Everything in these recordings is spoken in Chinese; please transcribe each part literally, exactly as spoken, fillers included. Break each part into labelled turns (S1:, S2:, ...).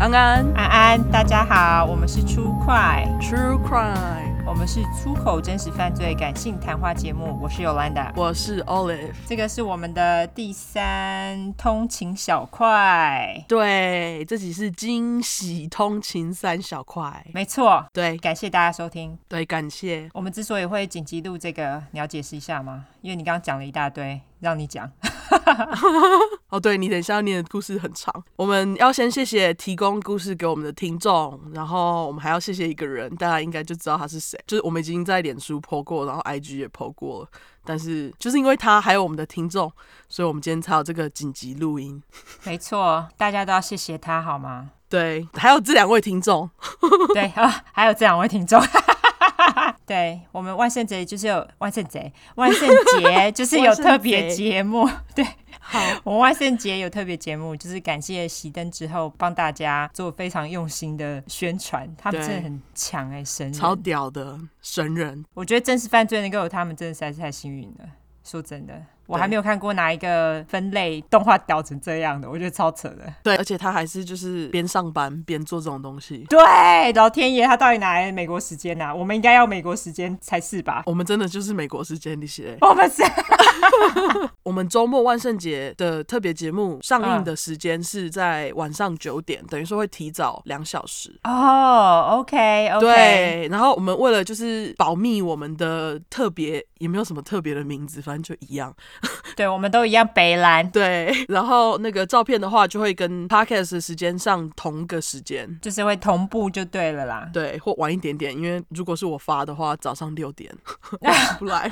S1: 安安
S2: 安安，大家好，我们是出快
S1: True Crime，
S2: 我们是出口真实犯罪感性谈话节目，我是 Yolanda，
S1: 我是 Olive，
S2: 这个是我们的第三通勤小块。
S1: 对，这集是惊喜通勤三小块，
S2: 没错，
S1: 对，
S2: 感谢大家收听。
S1: 对，感谢。
S2: 我们之所以会紧急录这个，你要解释一下吗？因为你刚刚讲了一大堆，让你讲。
S1: 哦，对，你等一下要念的故事很长，我们要先谢谢提供故事给我们的听众，然后我们还要谢谢一个人，大家应该就知道他是谁，就是我们已经在脸书 po 过，然后 I G 也 po 过了，但是就是因为他还有我们的听众，所以我们今天才有这个紧急录音。
S2: 没错，大家都要谢谢他好吗？
S1: 对，还有这两位听众。
S2: 对啊，还有这两位听众。对，我们万圣节就是有万圣节，万圣节就是有特别节目。对，
S1: 好，
S2: 我们万圣节有特别节目，就是感谢熄灯之后帮大家做非常用心的宣传，他们真的很强哎、欸，神人，
S1: 超屌的神人。
S2: 我觉得真实犯罪能够有他们，真的实在是太幸运了。说真的，我还没有看过哪一个分类动画屌成这样的，我觉得超扯的。
S1: 对，而且他还是就是边上班边做这种东西。
S2: 对，老天爷，他到底哪来的美国时间啊？我们应该要美国时间才是吧？
S1: 我们真的就是美国时间那些。
S2: 我们是。
S1: 我们周末万圣节的特别节目上映的时间是在晚上九点，嗯、等于说会提早两小时。
S2: 哦、oh, ，OK OK。
S1: 对，然后我们为了就是保密我们的特别，也没有什么特别的名字，反正就一样。
S2: 对，我们都一样北蓝。
S1: 对，然后那个照片的话就会跟 podcast 的时间上同个时间，
S2: 就是会同步就对了啦。
S1: 对，或晚一点点，因为如果是我发的话，早上六点我不来。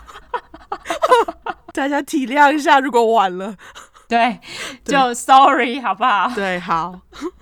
S1: 大家体谅一下，如果晚了。
S2: 对，就 sorry 好不好？
S1: 对，好。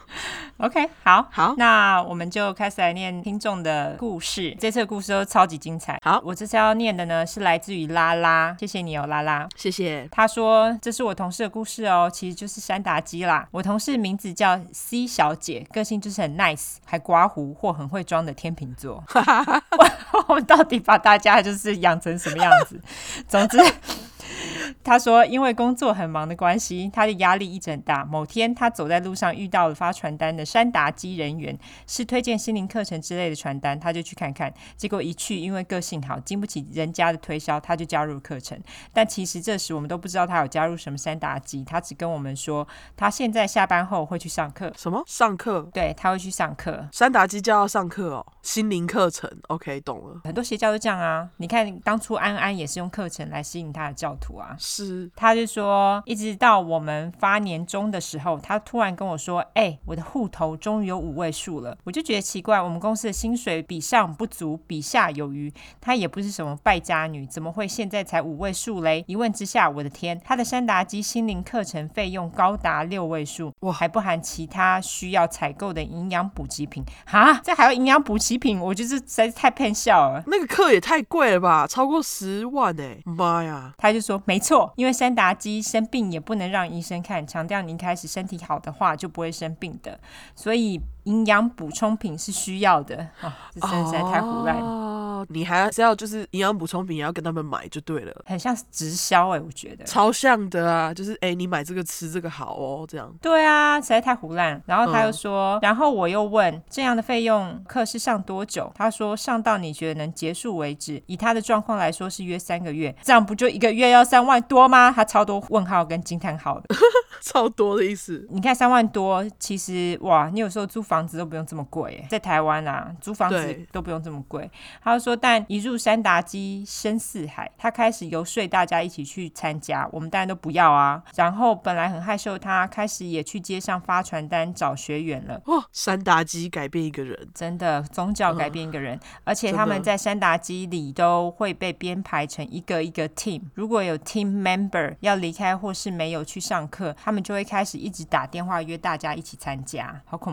S2: OK， 好，
S1: 好，
S2: 那我们就开始来念听众的故事。这次的故事都超级精彩。
S1: 好，
S2: 我这次要念的呢是来自于拉拉，谢谢你哦，拉拉，
S1: 谢谢。
S2: 他说这是我同事的故事哦，其实就是山达基啦。我同事名字叫 C 小姐，个性就是很 nice， 还刮胡或很会装的天秤座。我们到底把大家就是养成什么样子？总之。他说因为工作很忙的关系，他的压力一直很大。某天他走在路上遇到了发传单的山达基人员，是推荐心灵课程之类的传单，他就去看看。结果一去，因为个性好，经不起人家的推销，他就加入课程。但其实这时我们都不知道他有加入什么山达基，他只跟我们说他现在下班后会去上课。
S1: 什么上课？
S2: 对，他会去上课。
S1: 山达基就要上课哦，心灵课程。 OK， 懂了。
S2: 很多邪教都这样啊，你看当初安安也是用课程来吸引他的教徒啊。
S1: 是，
S2: 他就说一直到我们发年终的时候，他突然跟我说哎、欸，我的户头终于有五位数了。我就觉得奇怪，我们公司的薪水比上不足，比下有余，他也不是什么败家女，怎么会现在才五位数嘞？一问之下，我的天，他的山达基心灵课程费用高达六位数，
S1: 哇，
S2: 还不含其他需要采购的营养补给品。哈，这还有营养补给品，我觉得这实在是太骗笑了。
S1: 那个课也太贵了吧，超过十万哎、欸，妈呀！
S2: 他就说没错，因为山达基生病也不能让医生看，强调你一开始身体好的话就不会生病的，所以营养补充品是需要的。哦，这真的实在太胡乱了。
S1: 哦，你还是要就是营养补充品也要跟他们买就对了，
S2: 很像直销哎、欸，我觉得
S1: 超像的啊，就是哎、欸，你买这个吃这个好哦，这样。
S2: 对啊，实在太胡乱。然后他又说、嗯，然后我又问这样的费用课是上多久？他说上到你觉得能结束为止。以他的状况来说是约三个月，这样不就一个月要三万多吗？他超多问号跟惊叹号的。
S1: 超多的意思。
S2: 你看三万多，其实哇，你有时候租房子都不用这么贵，在台湾啊，租房子都不用这么贵。他就说，但一入山达基深似海，他开始游说大家一起去参加，我们当然都不要啊。然后本来很害羞，他开始也去街上发传单找学员了。
S1: 哇，山达基改变一个人，
S2: 真的，宗教改变一个人、嗯、而且他们在山达基里都会被编排成一个一个 team， 如果有 team member 要离开或是没有去上课，他们就会开始一直打电话约大家一起参加。好恐怖哦，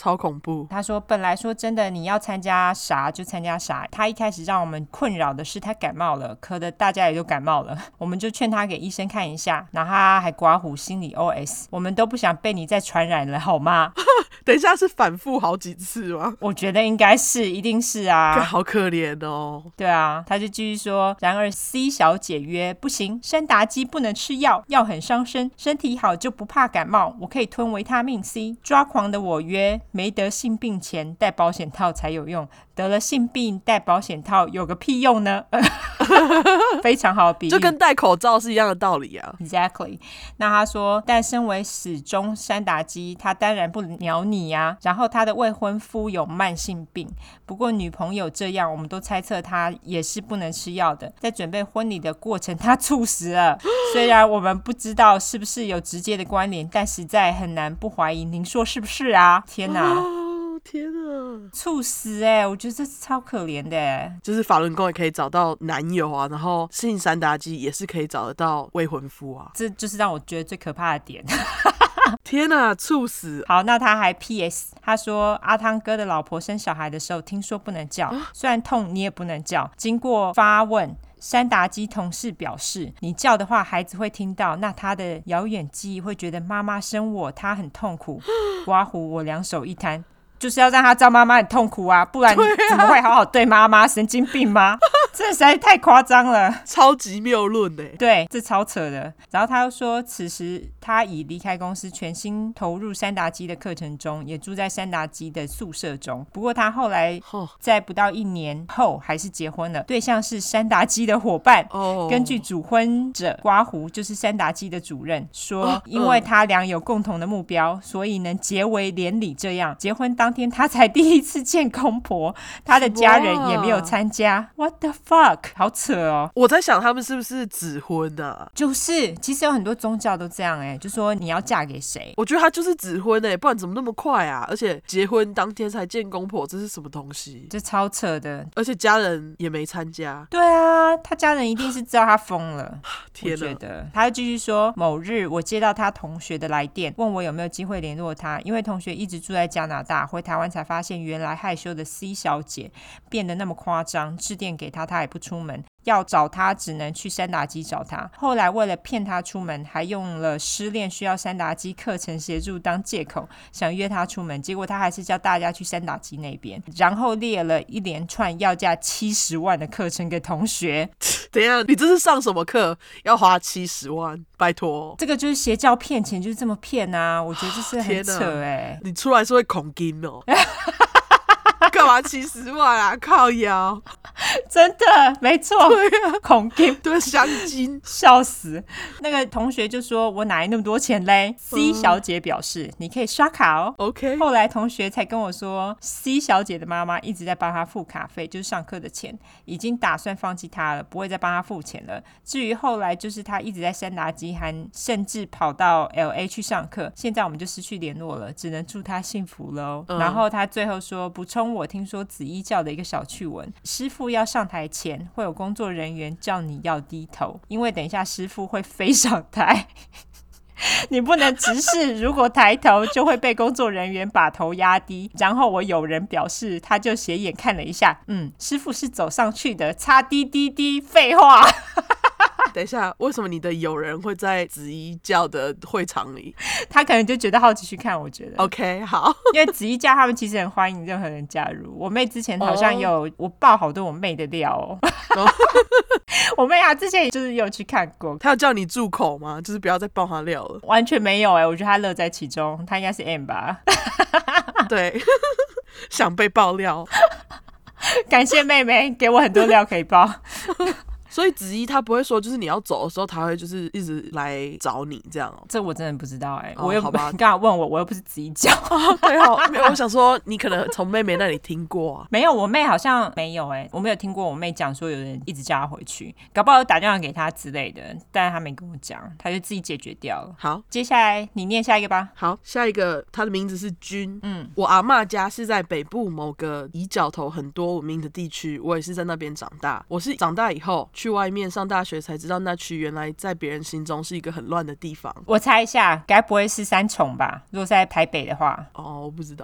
S1: 超恐怖。
S2: 他说本来说真的你要参加啥就参加啥，他一开始让我们困扰的是他感冒了，咳得大家也都感冒了，我们就劝他给医生看一下，然后他还刮胡心里 O S 我们都不想被你再传染了好吗？
S1: 等一下是反复好几次吗？
S2: 我觉得应该是，一定是啊。
S1: 好可怜哦。
S2: 对啊，他就继续说，然而 C 小姐约不行，山达基不能吃药，药很伤身，身体好就不怕感冒，我可以吞维他命 C。 抓狂的我约，没得性病前戴保险套才有用，得了性病戴保险套有个屁用呢？非常好的比喻，
S1: 就跟戴口罩是一样的道理啊。
S2: Exactly。 那他说但身为始终山达基，他当然不鸟你啊，然后他的未婚夫有慢性病，不过女朋友这样我们都猜测他也是不能吃药的，在准备婚礼的过程他猝死了。虽然我们不知道是不是有直接的关联，但实在很难不怀疑，您说是不是啊？天哪、
S1: 哦、天哪，
S2: 猝死哎、欸，我觉得这超可怜的、欸、
S1: 就是法轮功也可以找到男友啊，然后性山达基也是可以找得到未婚夫啊，
S2: 这就是让我觉得最可怕的点。
S1: 天哪，猝死。
S2: 好，那他还 P S 他说阿汤哥的老婆生小孩的时候听说不能叫，虽然痛你也不能叫，经过发问山达基同事表示你叫的话孩子会听到，那他的遥远记忆会觉得妈妈生我他很痛苦，刮胡我两手一摊，就是要让他知道妈妈很痛苦啊，不然你怎么会好好对妈妈？神经病吗？这实在是太夸张了，
S1: 超级谬论耶。
S2: 对，这超扯的。然后他又说此时他已离开公司，全心投入山达基的课程中，也住在山达基的宿舍中。不过他后来在不到一年后还是结婚了，对象是山达基的伙伴、oh. 根据主婚者刮胡就是山达基的主任说、oh. 因为他俩有共同的目标，所以能结为连理。这样结婚当天他才第一次见公婆，他的家人也没有参加。 What the fuck， 好扯哦。
S1: 我在想他们是不是指婚啊？
S2: 就是其实有很多宗教都这样哎、欸，就说你要嫁给谁。
S1: 我觉得他就是指婚哎、欸，不然怎么那么快啊？而且结婚当天才见公婆，这是什么东西？
S2: 这超扯的，
S1: 而且家人也没参加。
S2: 对啊，他家人一定是知道他疯了。
S1: 天哪！
S2: 我觉得他继续说，某日我接到他同学的来电，问我有没有机会联络他，因为同学一直住在加拿大，回台湾才发现原来害羞的 C 小姐变得那么夸张，致电给他他也不出门，要找他只能去山达基找他。后来为了骗他出门，还用了失恋需要山达基课程协助当借口，想约他出门，结果他还是叫大家去山达基那边，然后列了一连串要价七十万的课程给同学。
S1: 等一下，你这是上什么课要花七十万？拜托，
S2: 这个就是邪教骗钱，就是这么骗啊！我觉得这是很扯哎、欸。
S1: 你出来是会恐惊哦。干嘛七十万啊？靠腰，
S2: 真的没错，
S1: 对啊，
S2: 恐惊，
S1: 对，香精，
S2: 笑死。那个同学就说：“我哪来那么多钱嘞、嗯、？”C 小姐表示：“你可以刷卡哦。”
S1: OK。
S2: 后来同学才跟我说 ，C 小姐的妈妈一直在帮她付卡费，就是上课的钱，已经打算放弃她了，不会再帮她付钱了。至于后来，就是她一直在山达基，还甚至跑到 L A 去上课。现在我们就失去联络了，只能祝她幸福喽、嗯。然后他最后说：“补充我。”我听说紫衣教的一个小趣闻，师傅要上台前会有工作人员叫你要低头，因为等一下师傅会飞上台你不能直视，如果抬头就会被工作人员把头压低。然后我有人表示他就斜眼看了一下，嗯，师傅是走上去的，擦滴滴滴，废话
S1: 等一下，为什么你的友人会在紫衣教的会场里？
S2: 他可能就觉得好奇去看，我觉得
S1: OK 好。
S2: 因为紫衣教他们其实很欢迎任何人加入。我妹之前好像有、oh. 我爆好多我妹的料哦oh. 我妹啊之前就是有去看过。
S1: 她有叫你住口吗？就是不要再爆她料了。
S2: 完全没有哎、欸，我觉得她乐在其中，她应该是 M 吧
S1: 对想被爆料
S2: 感谢妹妹给我很多料可以爆
S1: 所以子怡他不会说就是你要走的时候他会就是一直来找你这样哦？
S2: 这我真的不知道哎、欸哦，我又
S1: 好吧，
S2: 你刚才问我，我又不是子怡教
S1: 哦，对哦，没有，我想说你可能从妹妹那里听过啊。
S2: 没有，我妹好像没有哎、欸，我没有听过我妹讲说有人一直叫她回去，搞不好有打电话给她之类的，但她没跟我讲，她就自己解决掉了。
S1: 好，
S2: 接下来你念下一个吧。
S1: 好，下一个他的名字是君，
S2: 嗯，
S1: 我阿嬷家是在北部某个以角头很多文明的地区，我也是在那边长大。我是长大以后去外面上大学才知道那区原来在别人心中是一个很乱的地方。
S2: 我猜一下，该不会是三重吧？如果是在台北的话。
S1: 哦，我不知道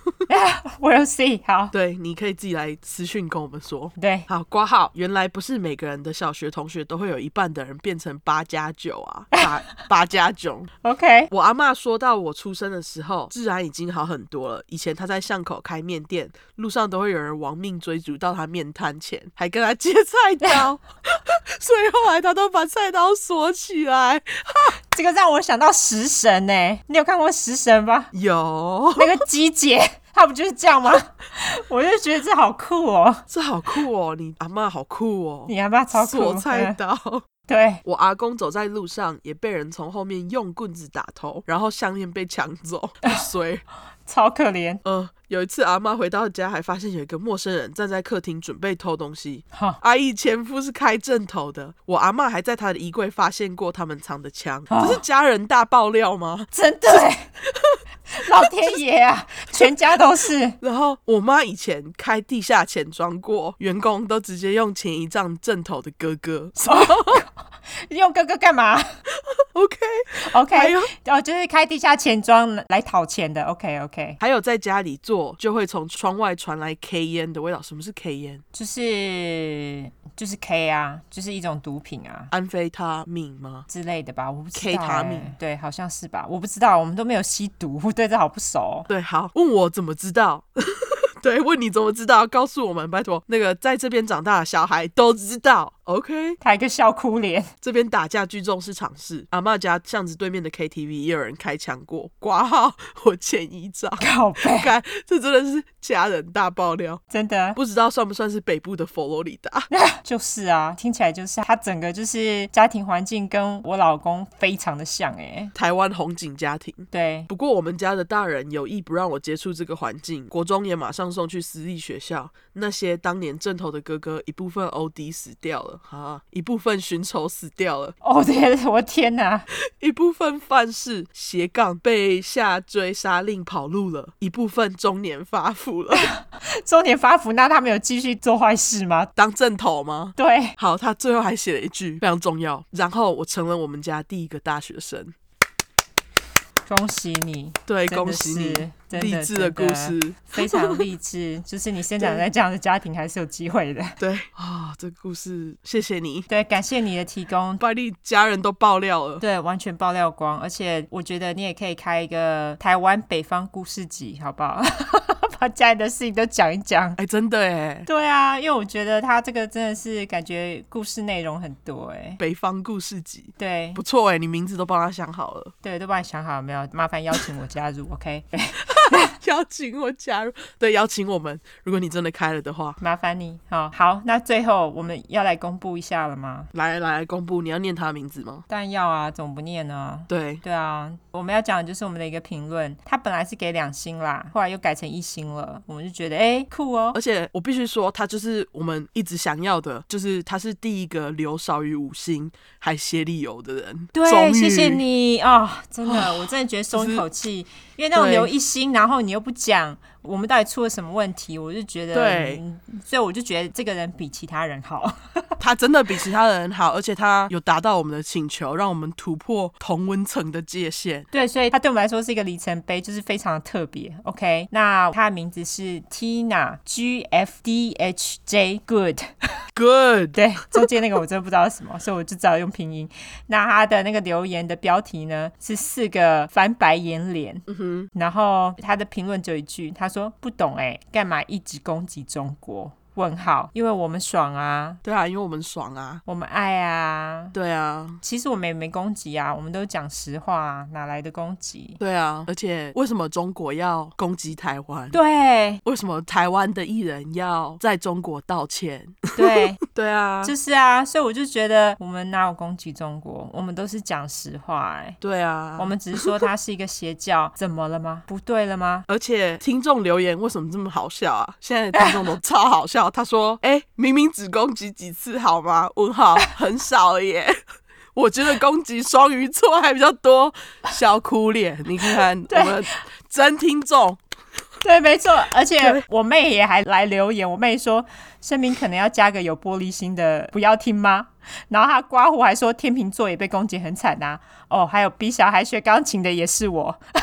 S2: We'll see。 好，
S1: 对，你可以自己来私讯跟我们说。
S2: 对，
S1: 好，挂号。原来不是每个人的小学同学都会有一半的人变成八加九啊，八八加九。
S2: OK，
S1: 我阿嬷说到我出生的时候，治安已经好很多了。以前她在巷口开面店，路上都会有人亡命追逐到她面摊前，还跟她借菜刀，所以后来她都把菜刀锁起来。
S2: 这个让我想到食神欸，你有看过食神吧？
S1: 有
S2: 那个鸡姐他不就是这样吗？我就觉得这好酷哦，
S1: 这好酷哦，你阿嬷好酷哦，
S2: 你阿嬷超酷，
S1: 锁菜刀。
S2: 对，
S1: 我阿公走在路上也被人从后面用棍子打头，然后项链被抢走，衰。
S2: 超可怜。
S1: 呃，有一次阿嬷回到家，还发现有一个陌生人站在客厅准备偷东西。
S2: 哈
S1: 阿姨前夫是开正头的，我阿嬷还在他的衣柜发现过他们藏的枪。这是家人大爆料吗？
S2: 真的耶老天爷啊，全家都是。
S1: 然后我妈以前开地下钱庄过，员工都直接用前一仗正头的哥哥。
S2: 用哥哥干嘛
S1: ？OK
S2: OK，
S1: 还有
S2: 哦，就是开地下钱庄来讨钱的。OK OK，
S1: 还有在家里做，就会从窗外传来 K 烟的味道。什么是 K 烟？
S2: 就是就是 K 啊，就是一种毒品啊，
S1: 安非他命吗？
S2: 之类的吧，我不知道、欸。
S1: K 他命，
S2: 对，好像是吧，我不知道，我们都没有吸毒，我对这好不熟、哦。
S1: 对，好，问我怎么知道？对，问你怎么知道？告诉我们，拜托。那个在这边长大的小孩都知道。OK，
S2: 他一个笑哭脸。
S1: 这边打架聚众是常事。阿嬷家巷子对面的 K T V 也有人开枪过，挂号我前一张。
S2: 靠背，
S1: 看这真的是家人大爆料，
S2: 真的
S1: 不知道算不算是北部的佛罗里达？
S2: 就是啊，听起来就是他整个就是家庭环境跟我老公非常的像哎。
S1: 台湾红景家庭。
S2: 对，
S1: 不过我们家的大人有意不让我接触这个环境，国中也马上送去私立学校。那些当年正头的哥哥，一部分 O D 死掉了，哈，一部分寻仇死掉了，
S2: 哦天，我天哪！
S1: 一部分犯事斜杠被下追杀令跑路了，一部分中年发福了。
S2: 中年发福，那他们有继续做坏事吗？
S1: 当正头吗？
S2: 对，
S1: 好，他最后还写了一句非常重要，然后我成了我们家第一个大学生。
S2: 恭喜你，
S1: 对，
S2: 真的
S1: 恭喜你，
S2: 是
S1: 励志的故事，
S2: 非常励志。就是你生长在这样的家庭，还是有机会的。
S1: 对啊，这个故事谢谢你，
S2: 对，感谢你的提供，
S1: 把你家人都爆料了，
S2: 对，完全爆料光。而且我觉得你也可以开一个台湾北方故事集，好不好？把家里的事情都讲一讲。
S1: 哎，真的哎，
S2: 对啊，因为我觉得他这个真的是感觉故事内容很多哎。
S1: 北方故事集，
S2: 对，
S1: 不错哎，你名字都帮他想好了，
S2: 对，都帮你想好了没有？麻烦邀请我加入，OK？对，
S1: 邀请我加入，对，邀请我们。如果你真的开了的话，
S2: 麻烦你。好，好，那最后我们要来公布一下了吗？
S1: 来来来公布，你要念他的名字吗？
S2: 当然要啊，怎么不念呢？
S1: 对
S2: 对啊，我们要讲的就是我们的一个评论，他本来是给两星啦，后来又改成一星了，我们就觉得哎、欸、酷哦。
S1: 而且我必须说，他就是我们一直想要的，就是他是第一个留少于五星还写理由的人。
S2: 对，谢谢你啊、哦，真的，我真的觉得松一口气，因为那种留一星，然后你又不讲我们到底出了什么问题，我就觉得对、嗯，所以我就觉得这个人比其他人好。
S1: 他真的比其他人好，而且他有达到我们的请求，让我们突破同温层的界限。
S2: 对，所以他对我们来说是一个里程碑，就是非常的特别。OK， 那他的名字是 Tina G F D H J Good
S1: Good，
S2: 对，中间那个我真的不知道是什么，所以我就只好用拼音。那他的那个留言的标题呢是四个翻白眼脸，嗯哼，然后他的评论只有一句，他说不懂哎、欸，干嘛一直攻击中国？问号，因为我们爽啊。
S1: 对啊，因为我们爽啊，
S2: 我们爱啊。
S1: 对啊，
S2: 其实我们也没攻击啊，我们都讲实话啊，哪来的攻击？
S1: 对啊，而且为什么中国要攻击台湾？
S2: 对，
S1: 为什么台湾的艺人要在中国道歉？
S2: 对
S1: 对啊，
S2: 就是啊，所以我就觉得我们哪有攻击中国，我们都是讲实话哎、欸。
S1: 对啊，
S2: 我们只是说它是一个邪教，怎么了吗？不对了吗？
S1: 而且听众留言为什么这么好笑啊？现在的听众都超好笑。他说：“哎、欸，明明只攻击几次好吗？问号很少了耶。”我觉得攻击双鱼座还比较多，小哭脸。你看看我们真听众。
S2: 对，没错，而且我妹也还来留言，我妹说声明可能要加个有玻璃心的，不要听吗？然后她刮胡还说天秤座也被攻击很惨啊，哦，还有比小孩学钢琴的也是我。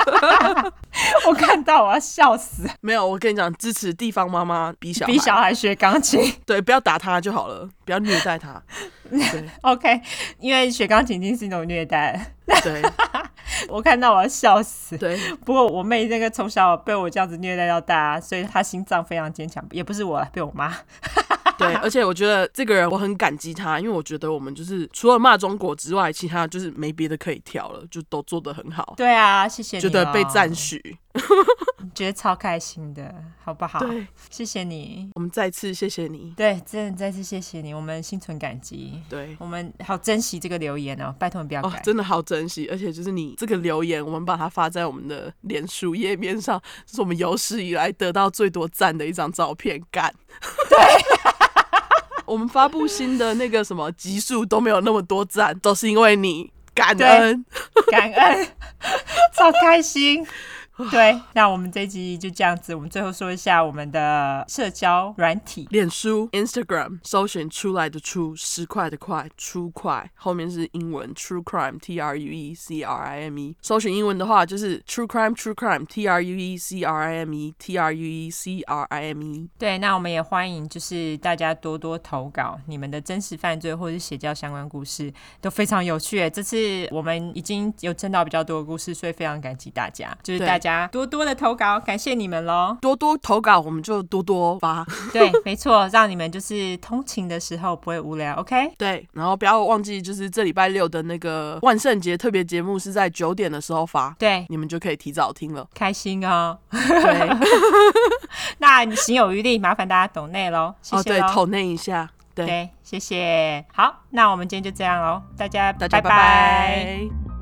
S2: 我看到我要笑死。
S1: 没有，我跟你讲，支持地方妈妈逼小孩，
S2: 逼小孩学钢琴。
S1: 对，不要打他就好了，不要虐待他。对
S2: ，OK， 因为学钢琴已经是一种虐待了。
S1: 对，
S2: 我看到我要笑死。
S1: 对，
S2: 不过我妹那个从小被我这样子虐待到大，所以她心脏非常坚强，也不是我，被我妈。
S1: 对，而且我觉得这个人我很感激他，因为我觉得我们就是除了骂中国之外，其他就是没别的可以挑了，就都做得很好。
S2: 对啊，谢谢你、哦，
S1: 觉得被赞许，
S2: 觉得超开心的，好不好？
S1: 对，
S2: 谢谢你，
S1: 我们再次谢谢你。
S2: 对，真的再次谢谢你，我们心存感激。
S1: 对，
S2: 我们好珍惜这个留言哦，拜托你不要改、
S1: 哦，真的好珍惜，而且就是你这个留言，我们把它发在我们的脸书页面上，这是我们有史以来得到最多赞的一张照片，干。
S2: 对。
S1: 我们发布新的那个什么集数都没有那么多赞，都是因为你，感恩，
S2: 感恩，超开心。对，那我们这一集就这样子。我们最后说一下我们的社交软体，
S1: 脸书 Instagram 搜寻出来的出，十块的块，出块，后面是英文 True Crime T R U E C R I M E。搜寻英文的话就是 True Crime True Crime T R U E C R I M E T R U E C R I M E。
S2: 对，那我们也欢迎就是大家多多投稿你们的真实犯罪或是邪教相关故事，都非常有趣耶。这次我们已经有征到比较多的故事，所以非常感激大家，就是大家多多的投稿，感谢你们咯。
S1: 多多投稿我们就多多发。
S2: 对，没错，让你们就是通勤的时候不会无聊 OK。
S1: 对，然后不要忘记就是这礼拜六的那个万圣节特别节目是在九点的时候发，
S2: 对，
S1: 你们就可以提早听了，
S2: 开心哦。
S1: 对。
S2: 那你行有余力麻烦大家抖内咯，谢谢咯。
S1: 哦，对，抖内一下。 对，
S2: 对，谢谢。好，那我们今天就这样咯，大家
S1: 大家拜拜。
S2: 拜拜。